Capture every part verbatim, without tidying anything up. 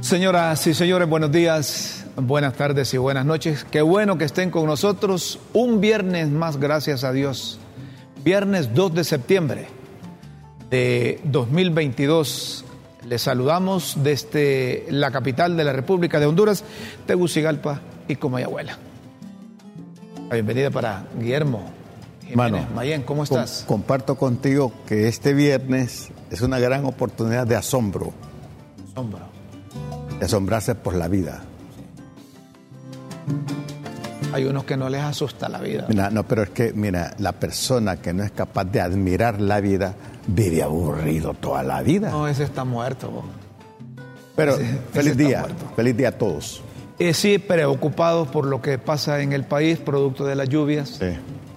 Señoras y señores, buenos días, buenas tardes y buenas noches. Qué bueno que estén con nosotros un viernes más, gracias a Dios. Viernes dos de septiembre de dos mil veintidós. Les saludamos desde la capital de la República de Honduras, Tegucigalpa y Comayagüela. La bienvenida para Guillermo Jiménez. Mano, Mayén, ¿cómo estás? Com- comparto contigo que este viernes es una gran oportunidad de asombro. Asombro. De asombrarse por la vida. Hay unos que no les asusta la vida. Mira, no, pero es que, mira, la persona que no es capaz de admirar la vida vive aburrido toda la vida. No, ese está muerto. Vos. Pero ese, feliz ese día, feliz día a todos. Eh, sí, preocupados por lo que pasa en el país, producto de las lluvias. Sí.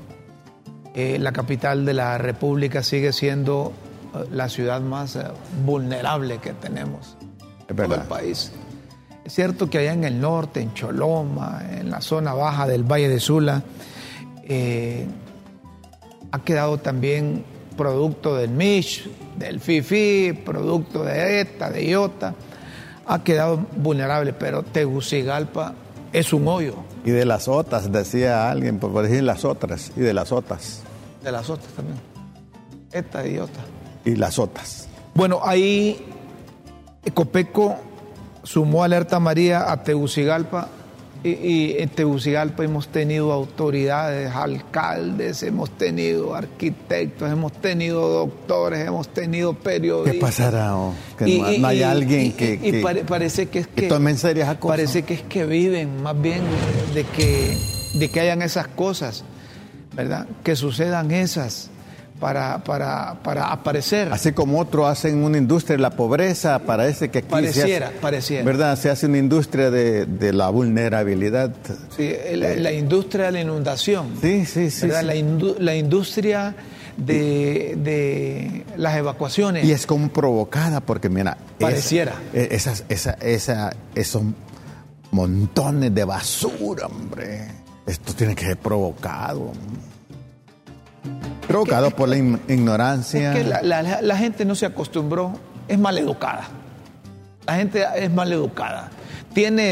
Eh, la capital de la República sigue siendo eh, la ciudad más eh, vulnerable que tenemos en todo el país. Es cierto que allá en el norte, en Choloma, en la zona baja del Valle de Sula, eh, ha quedado también producto del Mish, del Fifi, producto de ETA, de IOTA, ha quedado vulnerable, pero Tegucigalpa es un hoyo. Y de las otras, decía alguien, por decir las otras, y de las otras. De las otras también. ETA y IOTA. Y las otras. Bueno, ahí Copeco sumó alerta María a Tegucigalpa y, y en Tegucigalpa hemos tenido autoridades, alcaldes, hemos tenido arquitectos, hemos tenido doctores, hemos tenido periodistas. ¿Qué pasará? Oh? Que y, no, y, no hay y, alguien y, que, y, que, y pare, parece que es que, que tomen serias a cosas. Parece que es que viven más bien de que, de que hayan esas cosas, ¿verdad? Que sucedan esas. Para, para, para aparecer. Así como otros hacen una industria de la pobreza, parece que aquí pareciera, se hace, pareciera. ¿verdad? Se hace una industria de, de la vulnerabilidad. Sí, la, la industria de la inundación. Sí, sí, sí. ¿verdad? sí. La, indu, la industria de, de las evacuaciones. Y es como provocada, porque mira, pareciera. Esa, esas, esa, esa, esos montones de basura, hombre. Esto tiene que ser provocado. Provocado es que, por la ignorancia. Es que la, la, la gente no se acostumbró, es maleducada. La gente es maleducada. Tiene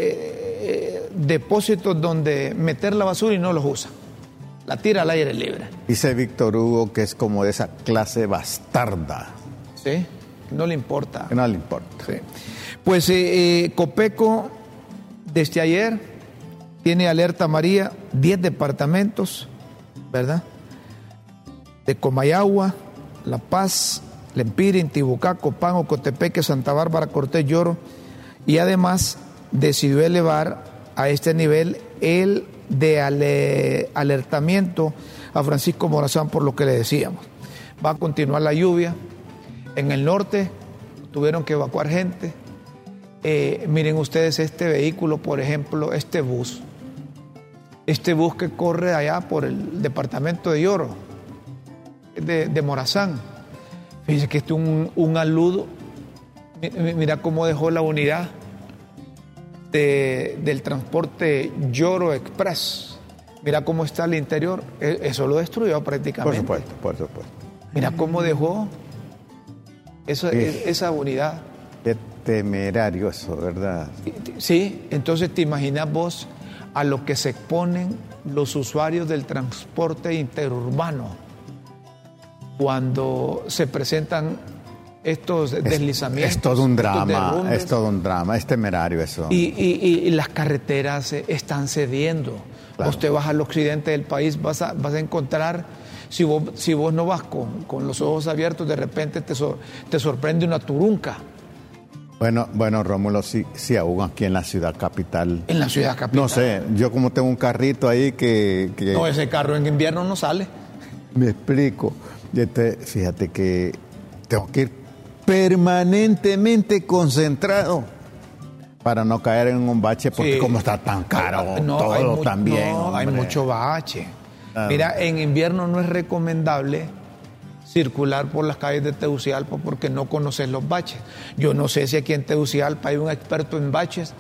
eh, depósitos donde meter la basura y no los usa. La tira al aire libre. Dice Víctor Hugo que es como de esa clase bastarda. Sí, no le importa. Que no le importa. Sí. Pues eh, eh, Copeco, desde ayer, tiene alerta María, diez departamentos, ¿verdad? De Comayagua, La Paz, Lempira, Intibucá, Copán, Ocotepeque, Santa Bárbara, Cortés, Lloro, y además decidió elevar a este nivel el de ale, alertamiento a Francisco Morazán por lo que le decíamos. Va a continuar la lluvia. En el norte tuvieron que evacuar gente. Eh, miren ustedes este vehículo, por ejemplo, este bus. Este bus que corre allá por el departamento de Lloro. De, de Morazán. Fíjense que este es un, un aludo. Mira cómo dejó la unidad de, del transporte Lloro Express. Mira cómo está el interior. Eso lo destruyó prácticamente. Por supuesto, por supuesto. Mira cómo dejó esa, sí. esa unidad. Qué temerario eso, ¿verdad? Sí, entonces te imaginas vos a lo que se exponen los usuarios del transporte interurbano cuando se presentan estos deslizamientos. Es, es todo un drama, es todo un drama, es temerario eso. Y, y, y las carreteras están cediendo. Claro. Vos te vas al occidente del país, vas a, vas a encontrar, si vos, si vos no vas con, con los ojos abiertos, de repente te, so, te sorprende una turunca. Bueno, bueno, Rómulo, sí, sí, aún aquí en la ciudad capital. En la ciudad capital. No sé, yo como tengo un carrito ahí que... que... No, ese carro en invierno no sale. Me explico. Este, fíjate que tengo que ir permanentemente concentrado para no caer en un bache, porque sí. Como está tan caro no, todo hay mu- también. No, hombre. hay mucho bache. Ah, Mira, en invierno no es recomendable circular por las calles de Tegucigalpa porque no conoces los baches. Yo no sé si aquí en Tegucigalpa hay un experto en baches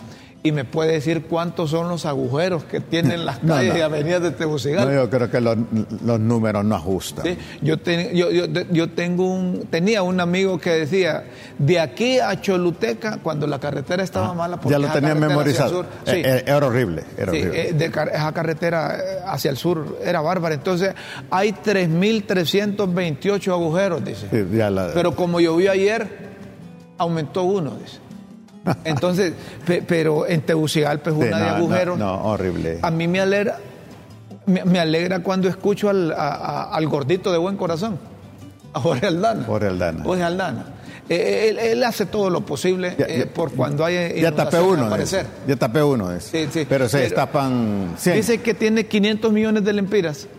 y me puede decir cuántos son los agujeros que tienen las calles no, no. y avenidas de Tegucigalpa. No, yo creo que los, los números no ajustan. ¿Sí? Yo, ten, yo, yo, yo tengo un, tenía un amigo que decía, de aquí a Choluteca, cuando la carretera estaba ah, mala, porque ya lo tenía memorizado. Sur, sí, era, era horrible. Era sí, horrible. De, esa carretera hacia el sur era bárbara. Entonces, hay tres mil trescientos veintiocho agujeros, dice. Sí, ya la... Pero como llovió ayer, aumentó uno, dice. Entonces, pe, pero en Tegucigalpa es una sí, no, de agujeros. No, no, horrible. A mí me alegra, me, me alegra cuando escucho al, a, a, al gordito de buen corazón, a Jorge Aldana. Jorge Aldana. Jorge Aldana. Eh, él, él hace todo lo posible ya, eh, ya, por cuando hay ya tapé uno. Ya tapé uno. Es. Sí, sí. Pero se pero, destapan cien. Dice que tiene quinientos millones de lempiras.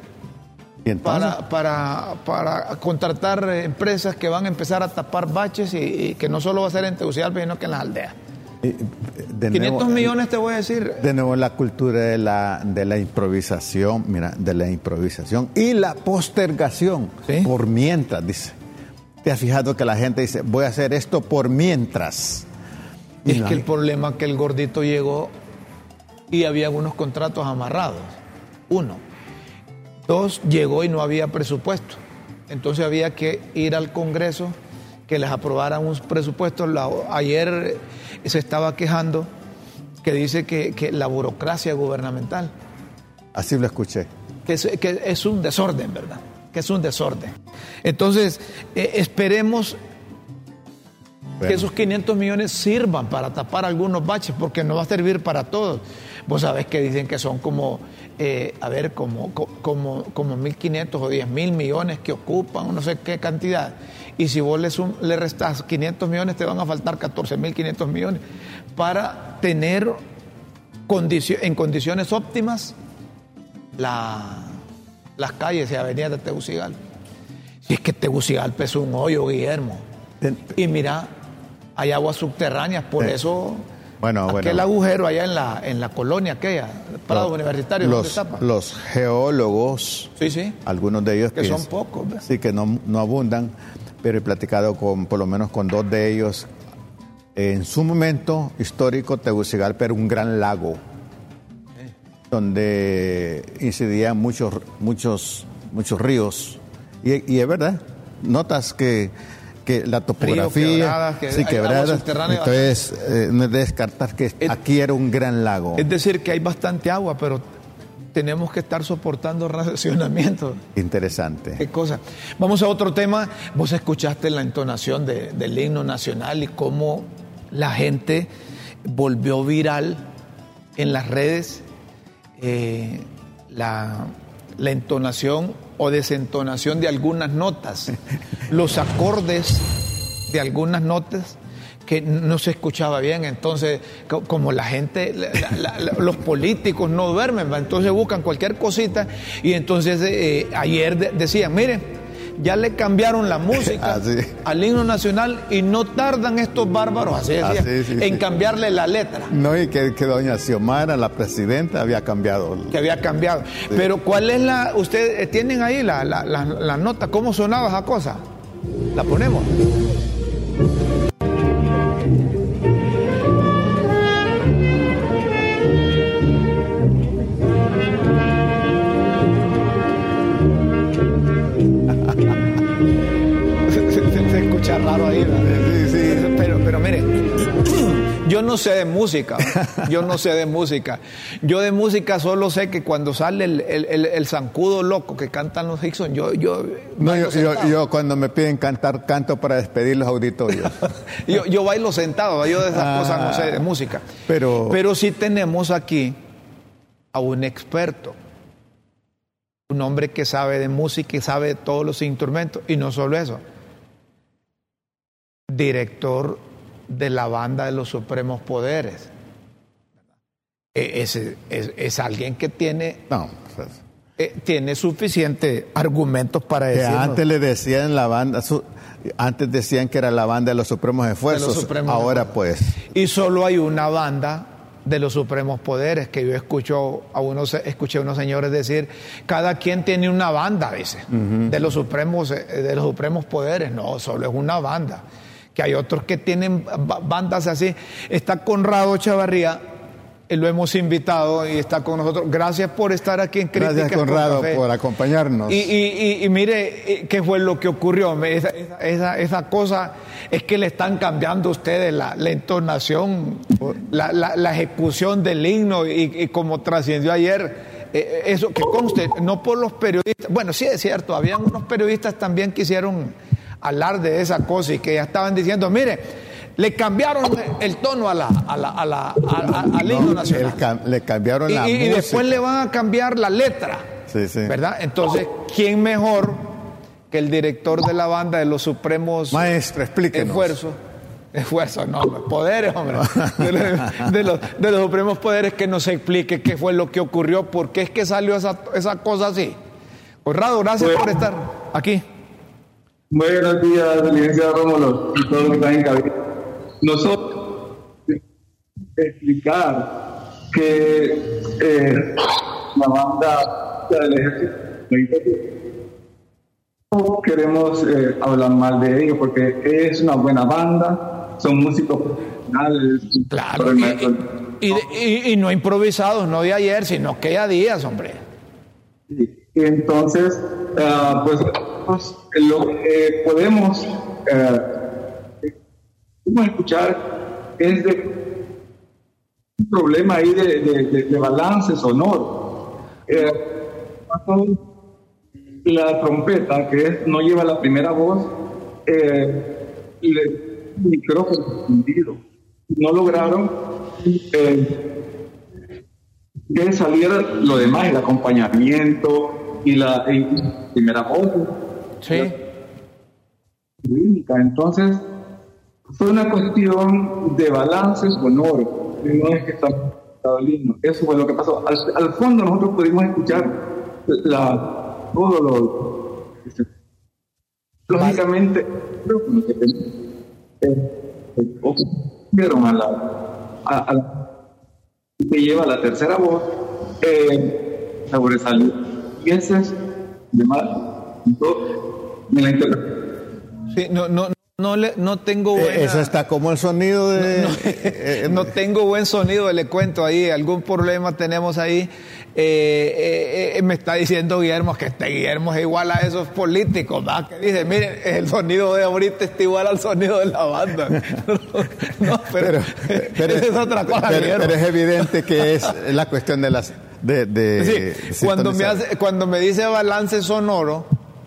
Para, para, para contratar empresas que van a empezar a tapar baches y, y que no solo va a ser en Tegucigalpa, sino que en las aldeas. De quinientos nuevo, millones te voy a decir. De nuevo la cultura de la, de la improvisación, mira, de la improvisación y la postergación. ¿Sí? Por mientras, dice. ¿Te has fijado que la gente dice, voy a hacer esto por mientras? Y es no que hay... el problema es que el gordito llegó y había algunos contratos amarrados. Uno. Dos, llegó y no había presupuesto. Entonces había que ir al Congreso, que les aprobaran un presupuesto. La, ayer se estaba quejando que dice que, que la burocracia gubernamental. Así lo escuché. Que es, que es un desorden, ¿verdad? Que es un desorden. Entonces, eh, esperemos bueno. que esos quinientos millones sirvan para tapar algunos baches, porque no va a servir para todos. Vos sabés que dicen que son como, eh, a ver, como, como, como mil quinientos o diez mil millones que ocupan, no sé qué cantidad. Y si vos le, sum, le restás quinientos millones, te van a faltar catorce mil quinientos millones para tener condicio, en condiciones óptimas la, las calles y avenidas de Tegucigalpa. Si es que Tegucigalpa es un hoyo, Guillermo. Y mira, hay aguas subterráneas, por sí. eso... Bueno, aquel bueno. agujero allá en la en la colonia aquella, Prados Universitarios, los, los geólogos, sí, sí, algunos de ellos que piensan, son pocos, ¿ves? Sí, que no, no abundan, pero he platicado con por lo menos con dos de ellos. En su momento histórico, Tegucigalpa era un gran lago, sí. donde incidían muchos muchos muchos ríos y, y es verdad, notas que que la topografía, Río, quebradas, que sí, quebradas, entonces eh, no es de descartar que es, aquí era un gran lago. Es decir, que hay bastante agua, pero tenemos que estar soportando racionamiento. Interesante. Qué cosa. Vamos a otro tema. Vos escuchaste la entonación de, del himno nacional y cómo la gente volvió viral en las redes eh, la, la entonación o desentonación de algunas notas, los acordes de algunas notas que no se escuchaba bien. Entonces, como la gente, la, la, la, los políticos no duermen, entonces buscan cualquier cosita y entonces eh, ayer de, decían, miren, ya le cambiaron la música ah, sí. al himno nacional y no tardan estos bárbaros, así decía, ah, sí, sí, en sí. cambiarle la letra. No, y que, que doña Xiomara, la presidenta, había cambiado. Que había cambiado. Sí. Pero ¿cuál es la, ustedes tienen ahí la, la, la, la nota? ¿Cómo sonaba esa cosa? ¿La ponemos? Se escucha raro ahí, ¿verdad? Sí, sí. Pero, pero mire, yo no sé de música, yo no sé de música. Yo de música solo sé que cuando sale el, el, el, el zancudo loco que cantan los Hickson, yo... yo no, yo, yo, yo cuando me piden cantar, canto para despedir los auditorios. yo, yo bailo sentado, yo de esas ah, cosas no sé de música. Pero, pero sí tenemos aquí a un experto. Un hombre que sabe de música y sabe de todos los instrumentos. Y no solo eso. Director de la banda de los Supremos Poderes. Es, es, es alguien que tiene... No, pues, eh, tiene suficientes argumentos para decir. Antes le decían la banda... Su, antes decían que era la banda de los Supremos Esfuerzos. Los Supremos ahora Esfuerzos. Pues... Y solo hay una banda... de los Supremos Poderes, que yo escucho a unos, escuché a unos señores decir, cada quien tiene una banda, dice, uh-huh. de los Supremos, de los Supremos Poderes. No, solo es una banda. Que hay otros que tienen bandas así. Está Conrado Chavarría, lo hemos invitado y está con nosotros. Gracias por estar aquí en Críticas Gracias, Conrado, con por acompañarnos. Y, y, y, y mire, ¿qué fue lo que ocurrió? Esa, esa, esa cosa es que le están cambiando a ustedes la, la entonación, la, la, la ejecución del himno y, y como trascendió ayer, eh, eso que conste, no por los periodistas. Bueno, sí es cierto, habían unos periodistas también que hicieron alarde de esa cosa y que ya estaban diciendo, mire, le cambiaron el tono a la, a la, a la, a, a, al himno nacional. Cam, le cambiaron y, la y, música. Y después le van a cambiar la letra. Sí, sí. ¿Verdad? Entonces, ¿quién mejor que el director de la banda de los Supremos Maestro, explíquenos. Esfuerzos? Esfuerzos, no, poderes, hombre. De los, de, los, de los Supremos Poderes, que nos explique qué fue lo que ocurrió, por qué es que salió esa, esa cosa así. Conrado, gracias bueno, por estar aquí. Buenos días, licenciado Rómulo, y todos los que están en cabina. Nosotros explicar que eh, la banda del ejército no queremos eh, hablar mal de ellos porque es una buena banda, son músicos profesionales. Claro, y, y, y, y no improvisados, no de ayer, sino que ya días, hombre. Sí. Y entonces, uh, pues, pues lo que podemos uh, Vamos a escuchar es de un problema ahí de, de, de, de balance sonoro. Eh, la trompeta, que es, no lleva la primera voz, eh, y el micrófono fundido. No lograron eh, que saliera lo demás, el acompañamiento y la, y la primera voz. Sí. La, entonces, fue una cuestión de balance sonoro, no es que está lindo. Eso fue lo que pasó. Al, al fondo nosotros pudimos escuchar la, todo lo lógicamente lo que vieron a la, a, a la que lleva la tercera voz eh, sobresalió, y ese es de mal de la interpretación. Sí, no, no No, le, no tengo buena... Eh, eso está como el sonido de... No, no, eh, no tengo buen sonido, le cuento ahí, algún problema tenemos ahí. Eh, eh, me está diciendo Guillermo que este Guillermo es igual a esos políticos, ¿verdad? Que dice, miren, el sonido de ahorita está igual al sonido de la banda. No, pero, pero, pero esa es otra cosa, pero, Guillermo. Pero es evidente que es la cuestión de las... De, de sí, cuando, me hace, cuando me dice balance sonoro...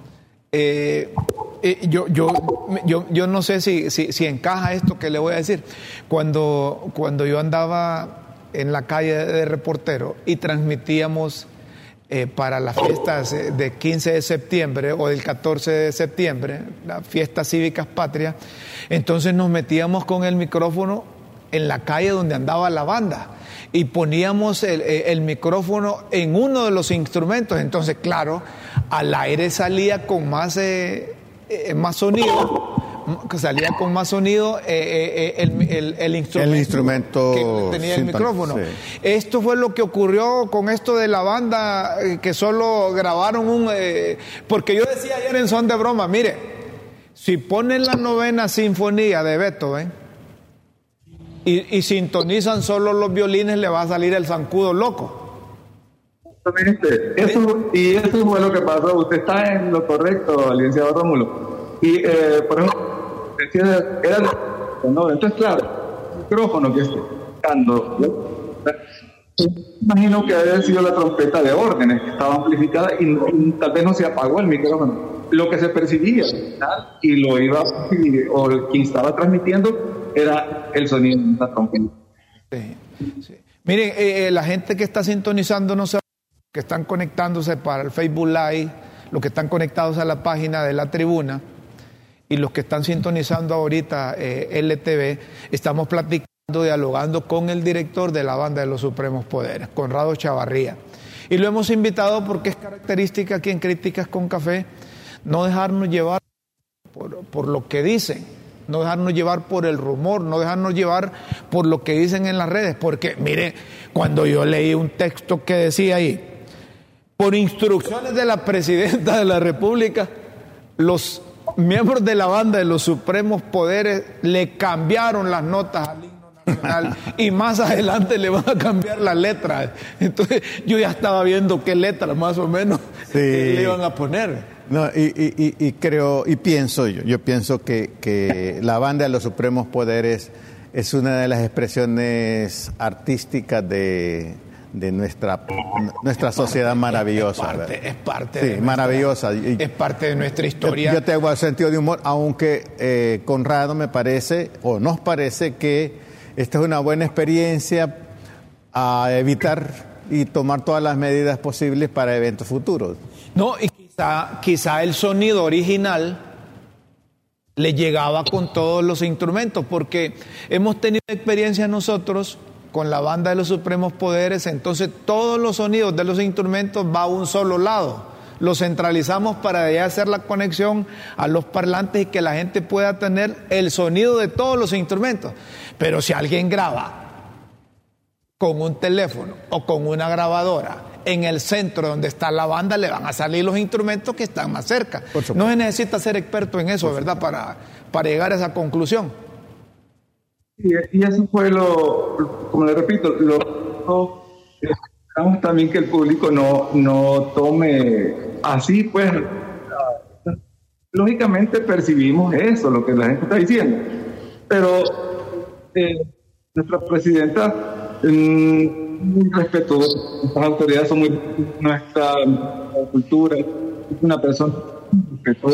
Eh, eh, yo, yo, yo, yo no sé si, si, si encaja esto que le voy a decir. Cuando, cuando yo andaba en la calle de reportero y transmitíamos eh, para las fiestas de quince de septiembre o del catorce de septiembre, las fiestas cívicas patrias, entonces nos metíamos con el micrófono en la calle donde andaba la banda y poníamos el, el micrófono en uno de los instrumentos. Entonces, claro, al aire salía con más, eh, eh, más sonido, salía con más sonido eh, eh, el, el, el instrumento, el instrumento que tenía el micrófono. Sí. Esto fue lo que ocurrió con esto de la banda, eh, que solo grabaron un... Eh, porque yo decía ayer en son de broma, mire, si ponen la novena sinfonía de Beethoven, Y, y sintonizan solo los violines, le va a salir el zancudo loco. Exactamente. Eso, y eso fue lo que pasó. Usted está en lo correcto, licenciado Rómulo. Y, eh, por ejemplo, decía, era no, entonces, claro, el micrófono que está escuchando, imagino que había sido la trompeta de órdenes, que estaba amplificada y, y tal vez no se apagó el micrófono. Lo que se percibía y lo iba a percibir, o el que estaba transmitiendo, era el sonido de la trompeta. Sí, sí. Miren, eh, la gente que está sintonizando, no sé, que están conectándose para el Facebook Live, los que están conectados a la página de la tribuna y los que están sintonizando ahorita eh, L T V, estamos platicando, dialogando con el director de la banda de los Supremos Poderes, Conrado Chavarría. Y lo hemos invitado porque es característica aquí en Críticas con Café no dejarnos llevar por, por lo que dicen, no dejarnos llevar por el rumor, no dejarnos llevar por lo que dicen en las redes, porque mire, cuando yo leí un texto que decía ahí, por instrucciones de la presidenta de la República, los miembros de la banda de los Supremos Poderes le cambiaron las notas al himno nacional y más adelante le van a cambiar la letra. Entonces yo ya estaba viendo qué letra más o menos sí. le iban a poner. No, y, y, y creo, y pienso yo, yo pienso que, que la banda de los supremos poderes es una de las expresiones artísticas de, de nuestra, nuestra sociedad maravillosa. Es parte, es parte sí, de nuestra, maravillosa. Es parte de nuestra historia. Yo, yo tengo el sentido de humor, aunque eh, Conrado me parece, o nos parece que esta es una buena experiencia a evitar y tomar todas las medidas posibles para eventos futuros. No, y quizá, quizá el sonido original le llegaba con todos los instrumentos, porque hemos tenido experiencia nosotros con la banda de los Supremos Poderes, entonces todos los sonidos de los instrumentos va a un solo lado, los centralizamos para de ahí hacer la conexión a los parlantes y que la gente pueda tener el sonido de todos los instrumentos. Pero si alguien graba con un teléfono o con una grabadora en el centro donde está la banda, le van a salir los instrumentos que están más cerca. No se necesita ser experto en eso, ¿verdad? Para, para llegar a esa conclusión. Y, y eso fue lo, como le repito, lo, lo esperamos también que el público no, no tome así, pues, lógicamente percibimos eso, lo que la gente está diciendo, pero eh, nuestra presidenta mmm, muy respetuosa, nuestras autoridades son muy, nuestra cultura, es una persona respetuosa,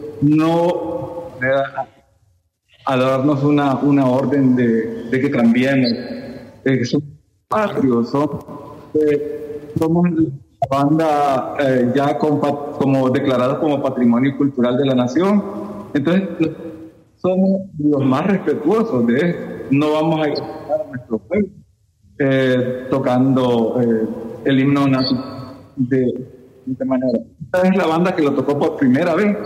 no a, a darnos una, una orden de, de que cambiemos, de que somos patrios, somos, eh, somos la banda eh, ya compa, como declarada como patrimonio cultural de la nación, entonces somos los más respetuosos de esto, no vamos a ignorar a nuestro pueblo. Eh, tocando eh, el himno nacional de, de esta manera. Esta es la banda que lo tocó por primera vez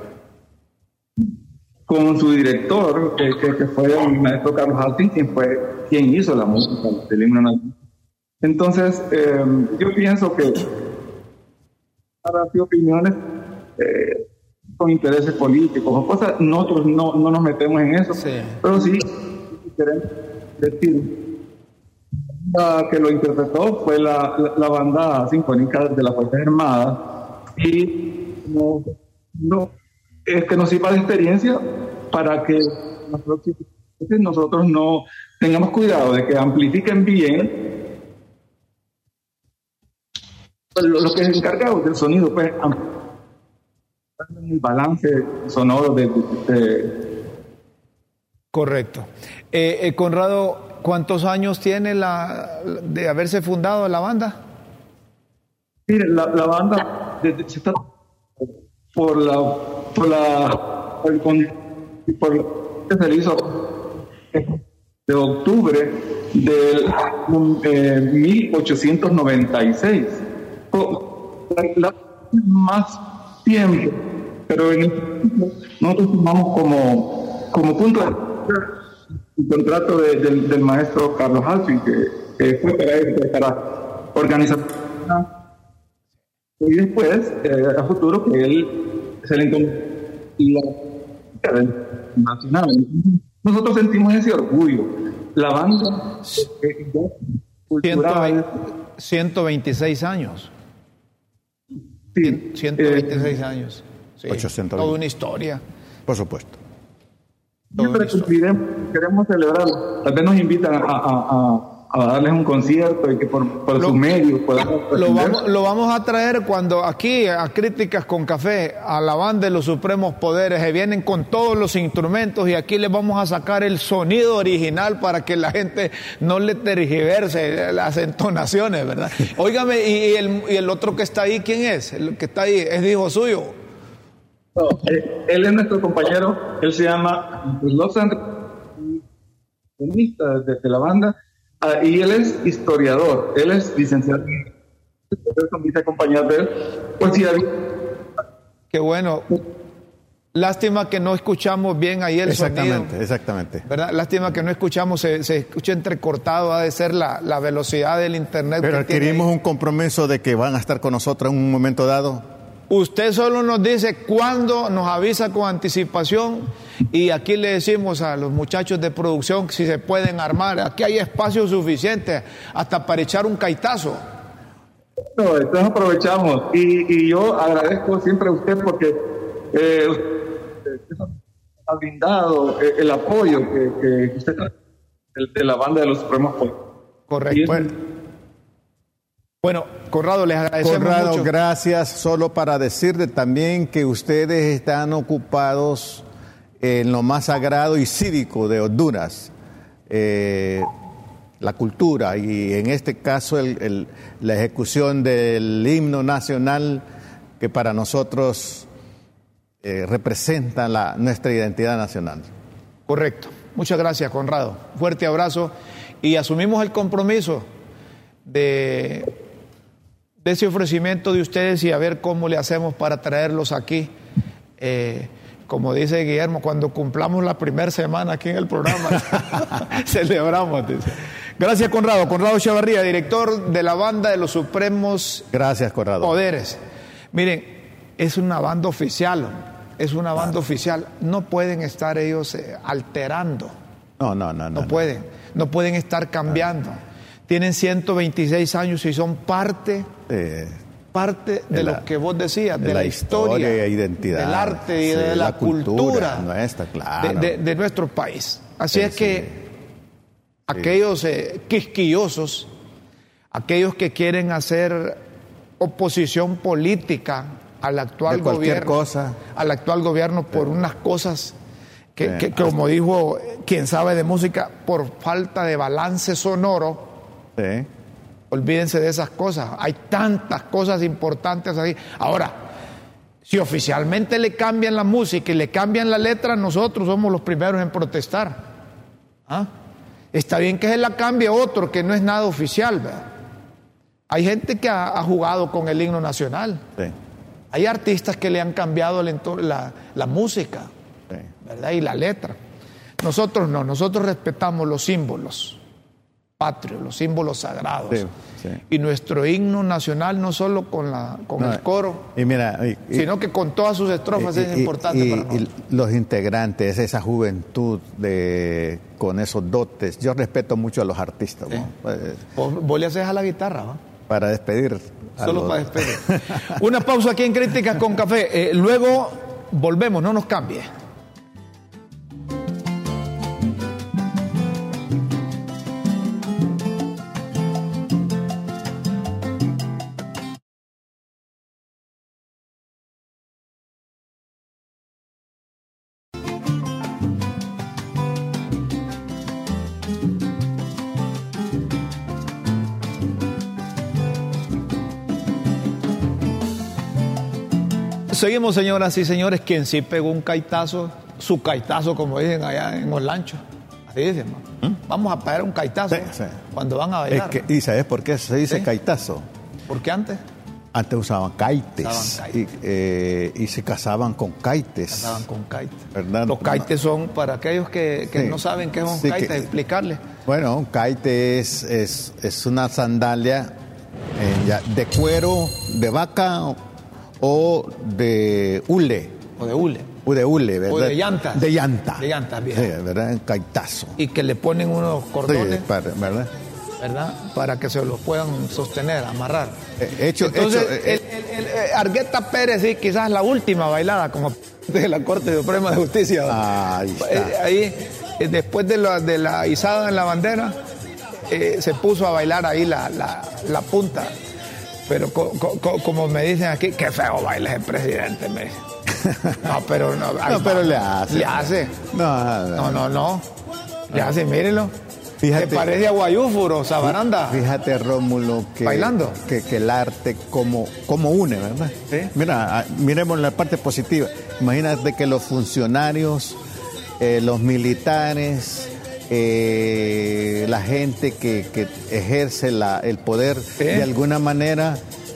con su director, que, que, que fue el maestro Carlos Altin, quien fue quien hizo la música del himno nacional. Entonces, eh, yo pienso que para mis opiniones eh, con intereses políticos o cosas, nosotros no, no nos metemos en eso, sí. Pero sí queremos decir que lo interpretó fue la, la, la banda sinfónica de las Fuerzas Armadas y no, no, es que nos sirva de experiencia para que nosotros, nosotros no tengamos cuidado de que amplifiquen bien los lo que es encargado del sonido, pues el balance sonoro de, de, de... Correcto. Eh, eh, Conrado, ¿cuántos años tiene la de haberse fundado la banda? Sí, la, la banda de, de, se está por la por la por, el, por se le hizo de octubre del eh, mil ochocientos noventa y seis. La, la, más tiempo, pero en el, nosotros tomamos como como punto de el contrato de, de, del maestro Carlos Altin, que, que fue para él, para organizar y después eh, a futuro que él se le encontró la nacional. Nosotros sentimos ese orgullo. La banda eh, cultural, ciento veintiséis años. Sí, ciento veintiséis eh, años. Sí, ochocientos veinte. Toda una historia. Por supuesto. Siempre cumpliremos, queremos celebrarlo. Tal vez nos invitan a, a, a, a darles un concierto y que por, por lo, sus medios podamos lo vamos, lo vamos a traer cuando aquí a Críticas con Café, a la banda de los Supremos Poderes, se vienen con todos los instrumentos y aquí les vamos a sacar el sonido original para que la gente no le tergiverse las entonaciones, ¿verdad? Óigame, y, y, el, y el otro que está ahí, ¿quién es? El que está ahí, ¿es hijo suyo? No, eh, él es nuestro compañero, él se llama Los Andrés, de, de la banda, uh, y él es historiador, él es licenciado, es acompañado de él, pues sí, David. Qué bueno. Lástima que no escuchamos bien ahí el exactamente, sonido. Exactamente, ¿Verdad? Lástima que no escuchamos, se, se escucha entrecortado, ha de ser la, la velocidad del internet. Pero adquirimos un compromiso de que van a estar con nosotros en un momento dado. Usted solo nos dice cuándo, nos avisa con anticipación y aquí le decimos a los muchachos de producción si se pueden armar. Aquí hay espacio suficiente hasta para echar un caitazo. No, entonces aprovechamos y, y yo agradezco siempre a usted porque eh, ha brindado el, el apoyo que, que usted de, de la banda de los Supremos. Correcto. Bueno, bueno, Conrado, les agradecemos Conrado, mucho. Gracias. Solo para decirle también que ustedes están ocupados en lo más sagrado y cívico de Honduras, eh, la cultura, y en este caso el, el, la ejecución del himno nacional que para nosotros eh, representa la, nuestra identidad nacional. Correcto. Muchas gracias, Conrado. Fuerte abrazo y asumimos el compromiso de, de ese ofrecimiento de ustedes y a ver cómo le hacemos para traerlos aquí. Eh, como dice Guillermo, cuando cumplamos la primera semana aquí en el programa, celebramos. Dice. Gracias, Conrado. Conrado Chavarría, director de la banda de los Supremos Gracias, Conrado. Poderes. Miren, es una banda oficial, es una banda claro. oficial. No pueden estar ellos eh, alterando. No, no, no, no. No pueden, no, no pueden estar cambiando. No. Tienen ciento veintiséis años y son parte, eh, parte de, de la, lo que vos decías, de, de la, la historia, historia, identidad, del arte y sí, de la, la cultura, cultura nuestra, claro. de, de, de nuestro país. Así sí, es que sí. aquellos eh, quisquillosos, aquellos que quieren hacer oposición política al actual de cualquier gobierno, cosa. al actual gobierno por sí. unas cosas que, sí. que, que como dijo quien sabe de música, por falta de balance sonoro. Sí. Olvídense de esas cosas. Hay tantas cosas importantes ahí. Ahora, si oficialmente le cambian la música y le cambian la letra, nosotros somos los primeros en protestar. ¿Ah? Está bien que se la cambie otro que no es nada oficial, ¿verdad? Hay gente que ha, ha jugado con el himno nacional. Sí. Hay artistas que le han cambiado el la, la música, sí. ¿verdad? Y la letra. Nosotros no, nosotros respetamos los símbolos patrios, los símbolos sagrados. Sí, sí. Y nuestro himno nacional, no solo con, la, con no, el coro, y mira, y, sino que con todas sus estrofas y, es y, importante y, para nosotros. Y los integrantes, esa juventud de, con esos dotes, yo respeto mucho a los artistas. Sí. ¿No? Vos, vos le haces a la guitarra, ¿no? Para despedir. Solo los... para despedir. Una pausa aquí en Críticas con Café. Eh, luego volvemos, no nos cambie. Seguimos, señoras y señores, quien sí pegó un caitazo, su caitazo, como dicen allá en Olancho. Así dicen, ¿no? ¿Mm? Vamos a pegar un caitazo sí, sí. cuando van a bailar. Es que, ¿y sabes por qué se dice ¿Sí? caitazo? ¿Por qué antes? Antes usaban caites, usaban caites. Y, eh, y se casaban con caites. Se casaban con caites. ¿Verdad? Los caites son, para aquellos que, que sí. no saben qué son sí, caites, que, explicarles. Bueno, un caite es, es, es una sandalia eh, ya, de cuero, de vaca o de hule. O de hule. O de hule, ¿verdad? O de llanta. De llanta. De llanta, bien. Sí, ¿verdad? Caitazo. Y que le ponen unos cordones. Sí, para, ¿verdad? ¿Verdad? Para que se los puedan sostener, amarrar. Eh, hecho, Entonces, hecho, el, el, el, el Argueta Pérez, sí, quizás la última bailada como de la Corte Suprema de Justicia. Ah, ahí está. Ahí, después de la, de la izada en la bandera, eh, se puso a bailar ahí la, la, la punta. Pero co, co, como me dicen aquí, qué feo baila el presidente, me dice. No, pero no. No, pero le hace. Le hace. No, no, no. no, no. Le hace, mírenlo. Fíjate, se parece a Guayúfuro, Sabaranda. Fíjate, Rómulo, que, bailando. Que, que el arte como, como une, ¿verdad? ¿Sí? Mira, miremos la parte positiva. Imagínate que los funcionarios, eh, los militares, eh, la gente que, que ejerce la, el poder, ¿sí? de alguna manera,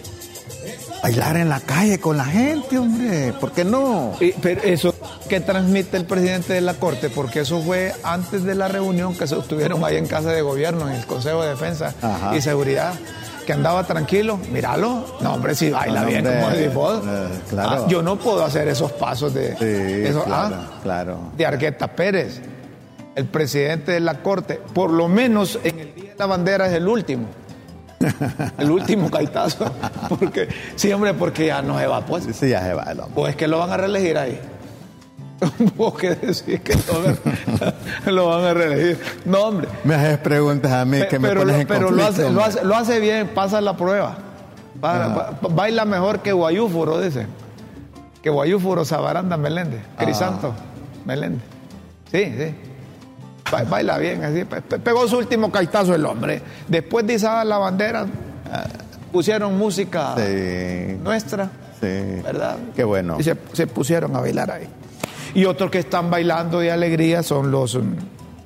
bailar en la calle con la gente, hombre, ¿por qué no? Y, pero eso que transmite el presidente de la Corte, porque eso fue antes de la reunión que se estuvieron ahí en Casa de Gobierno, en el Consejo de Defensa Ajá. y Seguridad, que andaba tranquilo, míralo, no hombre, si baila No, bien hombre, como decís vos. eh, claro. Ah, yo no puedo hacer esos pasos de, Sí, eso, claro, ah, claro. de Argueta Pérez, el presidente de la Corte, por lo menos en el Día de la Bandera es el último. El último caitazo. Porque, sí, hombre, porque ya no se va, pues. Sí, ya se va el hombre. O es que lo van a reelegir ahí. Vos que decís que lo, lo van a reelegir. No, hombre. Me haces preguntas a mí que me pero pones lo, en pero conflicto. lo hace, lo, hombre. hace, lo hace bien, pasa la prueba. Ba- ba- baila mejor que Guayúforo, dice. Que Guayúforo, Sabaranda, Meléndez. Crisanto, Meléndez. Sí, sí. Ba- Baila bien, así. Pe- pe- Pegó su último caitazo el hombre. Después de izar la bandera, pusieron música Sí, nuestra, sí. ¿verdad? Qué bueno. Y se, se pusieron a bailar ahí. Y otros que están bailando de alegría son los, mm,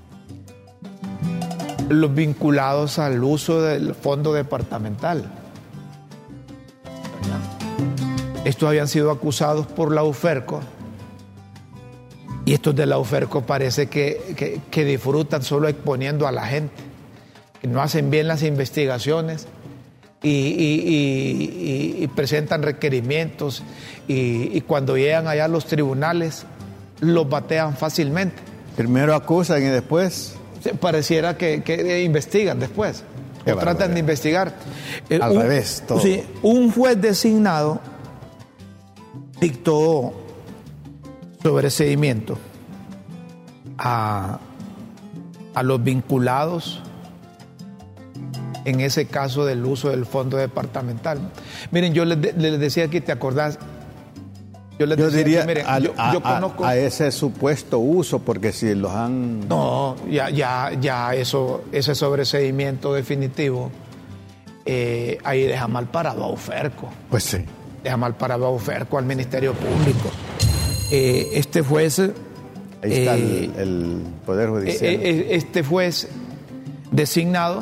los vinculados al uso del fondo departamental. ¿Verdad? Estos habían sido acusados por la UFERCO. Y estos de la UFERCO parece que, que, que disfrutan solo exponiendo a la gente, que no hacen bien las investigaciones y, y- y- y- y presentan requerimientos y, y cuando llegan allá a los tribunales los batean fácilmente. Primero acusan y después. Se- Pareciera que, que investigan después, Qué o tratan barbaridad. de investigar. Eh, Al un- revés, todo. Sí, un juez designado dictó sobreseimiento a, a los vinculados en ese caso del uso del fondo departamental. Miren, yo les, de- les decía aquí, ¿te acordás? Yo les Yo decía diría que, miren, al- yo, a, yo a- conozco... a ese supuesto uso, porque si los han. No, ya, ya, ya eso, ese sobreseimiento definitivo, eh, ahí deja mal parado a UFERCO, Pues sí. deja mal parado a UFERCO, al Ministerio Público. Eh, este juez, Ahí está eh, el, el Poder eh, Judicial. eh, este juez designado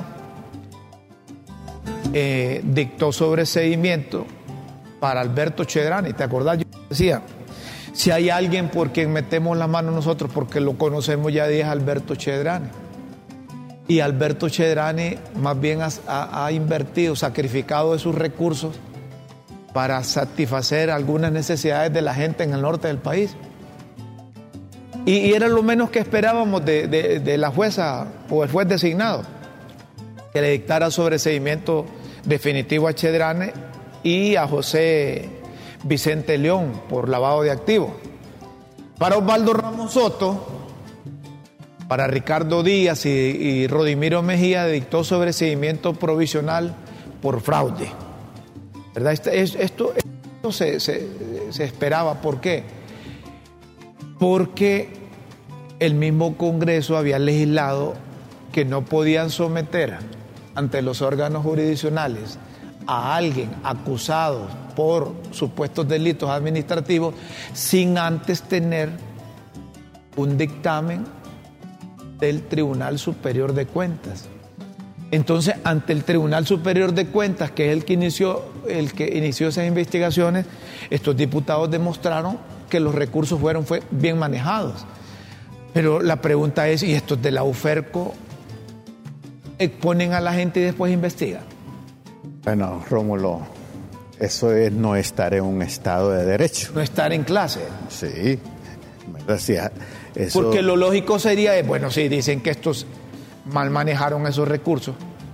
eh, dictó sobreseimiento para Alberto Chedrani. ¿Te acordás? Yo decía, si hay alguien por quien metemos la mano nosotros, porque lo conocemos ya, es Alberto Chedrani. Y Alberto Chedrani más bien ha, ha- ha invertido, sacrificado de sus recursos para satisfacer algunas necesidades de la gente en el norte del país. Y, y era lo menos que esperábamos de, de- de la jueza o el juez designado, que le dictara sobreseimiento definitivo a Chedrani y a José Vicente León por lavado de activos. Para Osvaldo Ramos Soto, para Ricardo Díaz y, y Rodimiro Mejía dictó sobreseimiento provisional por fraude. ¿Verdad? Este- es- Esto, esto se, se- se esperaba. ¿Por qué? Porque el mismo Congreso había legislado que no podían someter ante los órganos jurisdiccionales a alguien acusado por supuestos delitos administrativos sin antes tener un dictamen del Tribunal Superior de Cuentas. Entonces, ante el Tribunal Superior de Cuentas, que es el que inició, el que inició esas investigaciones, estos diputados demostraron que los recursos fueron fue bien manejados. Pero la pregunta es, ¿y estos de la UFERCO exponen a la gente y después investigan? Bueno, Rómulo, eso es no estar en un estado de derecho. No estar en clase. Sí. Gracias. Eso, Porque lo lógico sería, eh, bueno, sí, dicen que estos mal manejaron esos recursos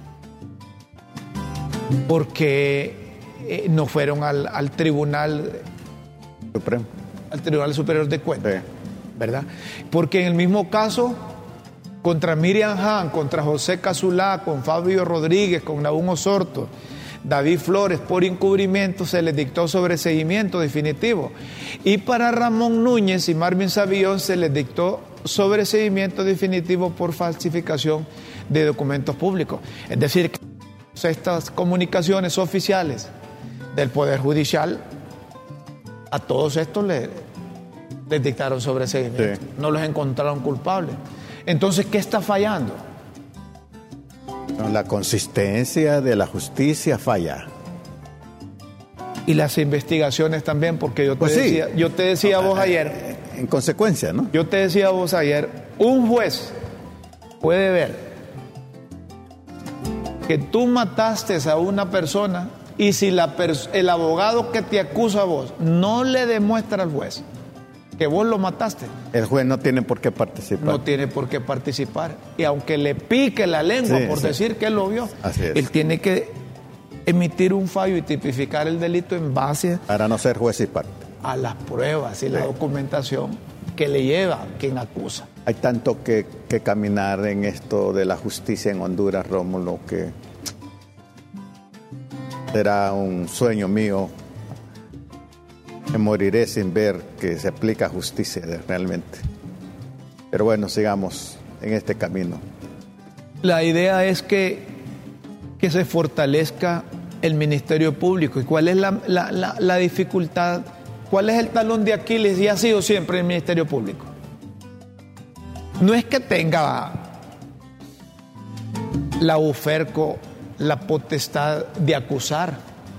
porque eh, no fueron al, al tribunal Supremo. al Tribunal Superior de Cuentas, Sí. ¿verdad? Porque en el mismo caso, contra Miriam Han, contra José Casulá, con Fabio Rodríguez, con Nahum Osorto, David Flores, por encubrimiento se les dictó sobreseimiento definitivo. Y para Ramón Núñez y Marvin Savillón se les dictó sobreseimiento definitivo por falsificación de documentos públicos. Es decir, que estas comunicaciones oficiales del Poder Judicial, a todos estos les, les dictaron sobreseimiento. Sí. No los encontraron culpables. Entonces, ¿qué está fallando? La consistencia de la justicia falla. Y las investigaciones también, porque yo te Pues sí. decía, yo te decía a vos ayer, En consecuencia, ¿no? yo te decía a vos ayer, un juez puede ver que tú mataste a una persona y si la pers- el abogado que te acusa a vos no le demuestra al juez que vos lo mataste, el juez no tiene por qué participar. no tiene por qué participar. Y aunque le pique la lengua Sí, por sí. decir que él lo vio, Así es. él tiene que emitir un fallo y tipificar el delito en base Para no ser juez y parte. a las pruebas y la documentación que le lleva a quien acusa. Hay tanto que, que caminar en esto de la justicia en Honduras, Rómulo, que será un sueño mío. Me moriré sin ver que se aplica justicia realmente. Pero bueno, sigamos en este camino. La idea es que, que se fortalezca el Ministerio Público. ¿Y cuál es la, la, la, la dificultad? ¿Cuál es el talón de Aquiles? Y ha sido siempre el Ministerio Público. No es que tenga la UFERCO la potestad de acusar.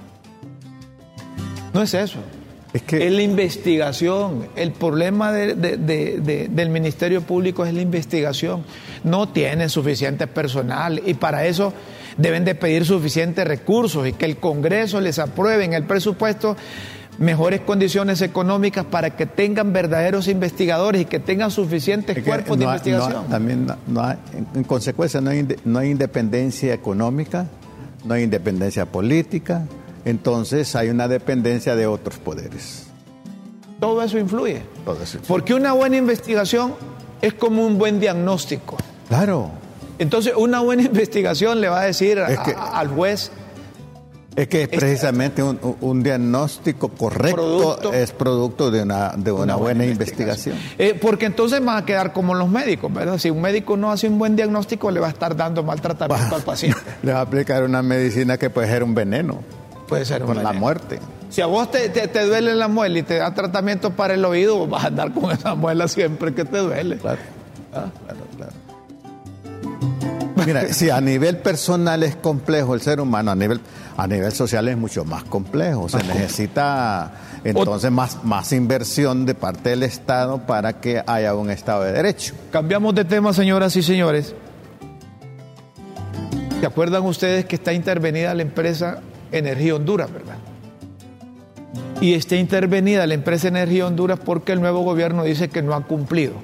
No es eso. Es que Es la investigación. El problema de, de, de, de, del Ministerio Público es la investigación. No tienen suficiente personal y para eso deben de pedir suficientes recursos y que el Congreso les apruebe en el presupuesto mejores condiciones económicas para que tengan verdaderos investigadores y que tengan suficientes Es que cuerpos de no hay- investigación. no- también no- no hay- en, en consecuencia no hay, inde- no hay independencia económica, no hay independencia política, entonces hay una dependencia de otros poderes. Todo eso influye. Todo eso. Porque una buena investigación es como un buen diagnóstico. Claro, Entonces, una buena investigación le va a decir a- Es que- a- al juez, es que precisamente un, un- un diagnóstico correcto Producto. es producto de una, de una, buena, investigación. Eh, porque entonces van a quedar como los médicos, ¿verdad? Si un médico no hace un buen diagnóstico, le va a estar dando mal tratamiento al paciente. Le va a aplicar una medicina que puede ser un veneno, Puede ser un con la veneno. muerte. Si a vos te, te, te duele la muela y te da tratamiento para el oído, vos vas a andar con esa muela siempre que te duele. Claro, claro, claro. Mira, si a nivel personal es complejo el ser humano, a nivel, a nivel social es mucho más complejo. Se necesita entonces más, más inversión de parte del Estado para que haya un Estado de Derecho. Cambiamos de tema, señoras y señores. ¿Se acuerdan ustedes que está intervenida la empresa Energía Honduras, verdad? Y está intervenida la empresa Energía Honduras porque el nuevo gobierno dice que no ha cumplido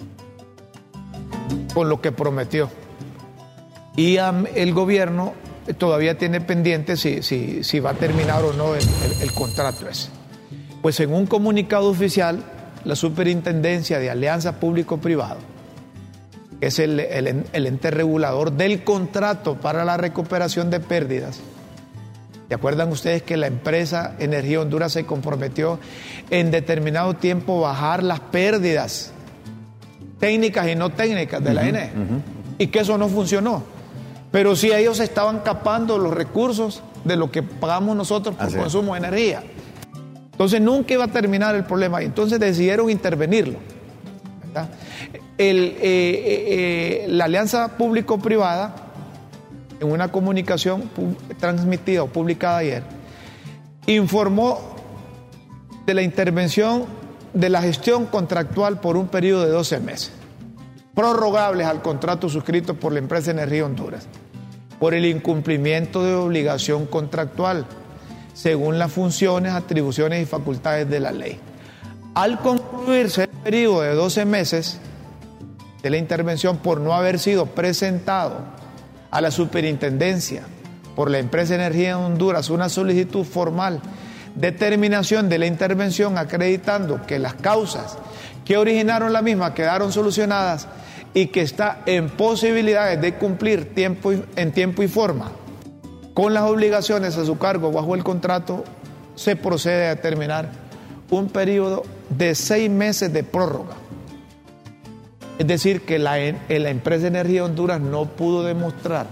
con lo que prometió. Y um, el gobierno todavía tiene pendiente si, si, si va a terminar o no el, el, el contrato ese. Pues en un comunicado oficial, la Superintendencia de Alianza Público-Privado, que es el, el, el ente regulador del contrato para la recuperación de pérdidas, ¿se acuerdan ustedes que la empresa Energía Honduras se comprometió en determinado tiempo bajar las pérdidas técnicas y no técnicas de la E N E? Uh-huh. Y que eso no funcionó. Pero sí ellos estaban capando los recursos de lo que pagamos nosotros por Así consumo de energía. Entonces nunca iba a terminar el problema. Entonces decidieron intervenirlo, ¿verdad? El, eh, eh, la alianza público-privada, en una comunicación pu- transmitida o publicada ayer, informó de la intervención de la gestión contractual por un periodo de doce meses, prorrogables al contrato suscrito por la empresa Energía Honduras, por el incumplimiento de obligación contractual, según las funciones, atribuciones y facultades de la ley. Al concluirse el periodo de doce meses de la intervención por no haber sido presentado a la superintendencia por la empresa Energía Honduras una solicitud formal de terminación de la intervención acreditando que las causas que originaron la misma quedaron solucionadas y que está en posibilidades de cumplir tiempo y, en tiempo y forma con las obligaciones a su cargo bajo el contrato, se procede a determinar un periodo de seis meses de prórroga. Es decir, que la, la empresa Energía Honduras no pudo demostrar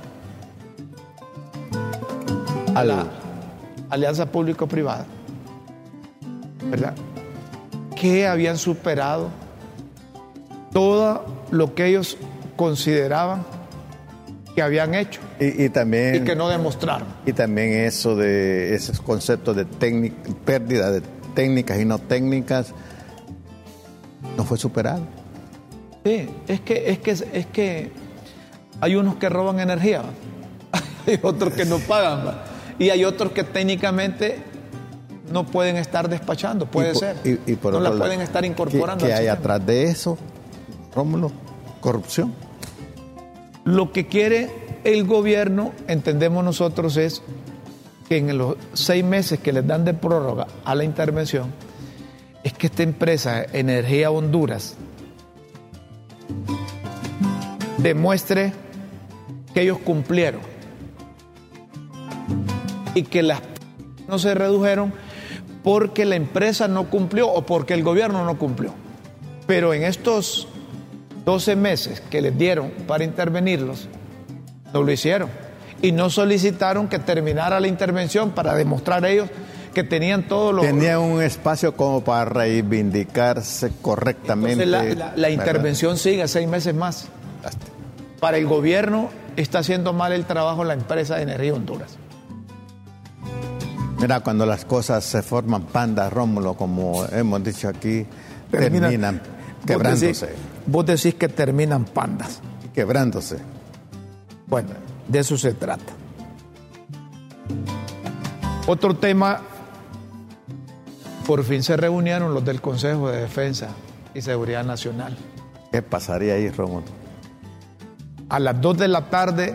a la alianza público-privada, ¿verdad?, que habían superado todo lo que ellos consideraban que habían hecho y, y también y que no demostraron. Y también eso de esos conceptos de técnica, pérdida de técnicas y no técnicas no fue superado. Sí, es que es que es que hay unos que roban energía. hay otros que no pagan, ¿va? Y hay otros que técnicamente no pueden estar despachando, puede y por, ser. Y, y por no la lado, pueden estar incorporando. ¿Qué, qué hay atrás de eso, Rómulo? ¿Corrupción? Lo que quiere el gobierno, entendemos nosotros, es que en los seis meses que les dan de prórroga a la intervención, es que esta empresa Energía Honduras demuestre que ellos cumplieron y que las no se redujeron porque la empresa no cumplió o porque el gobierno no cumplió. Pero en estos doce meses que les dieron para intervenirlos, no lo hicieron. Y no solicitaron que terminara la intervención para demostrar a ellos que tenían todo lo... Tenían un espacio como para reivindicarse correctamente. Entonces la, la, la intervención sigue seis meses más. Para el gobierno está haciendo mal el trabajo la empresa de Energía Honduras. Mira, cuando las cosas se forman pandas, Rómulo, como hemos dicho aquí, terminan, terminan quebrándose. Vos decís, vos decís que terminan pandas. Quebrándose. Bueno, de eso se trata. Otro tema, por fin se reunieron los del Consejo de Defensa y Seguridad Nacional. ¿Qué pasaría ahí, Rómulo? A las dos de la tarde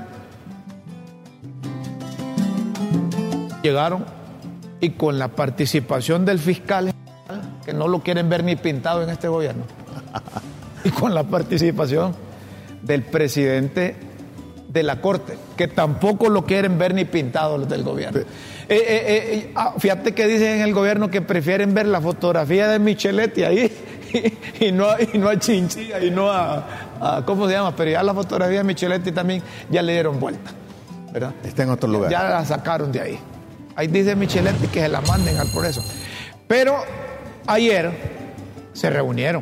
llegaron y con la participación del fiscal, que no lo quieren ver ni pintado en este gobierno, y con la participación del presidente de la Corte, que tampoco lo quieren ver ni pintado los del gobierno. Eh, eh, eh, ah, fíjate que dicen en el gobierno que prefieren ver la fotografía de Micheletti ahí y, y, no, y no a Chinchilla y no a, a, ¿cómo se llama? Pero ya la fotografía de Micheletti también ya le dieron vuelta, ¿verdad? Está en otro lugar. Ya, ya la sacaron de ahí. Ahí dice Micheletti que se la manden al Progreso. Pero ayer se reunieron.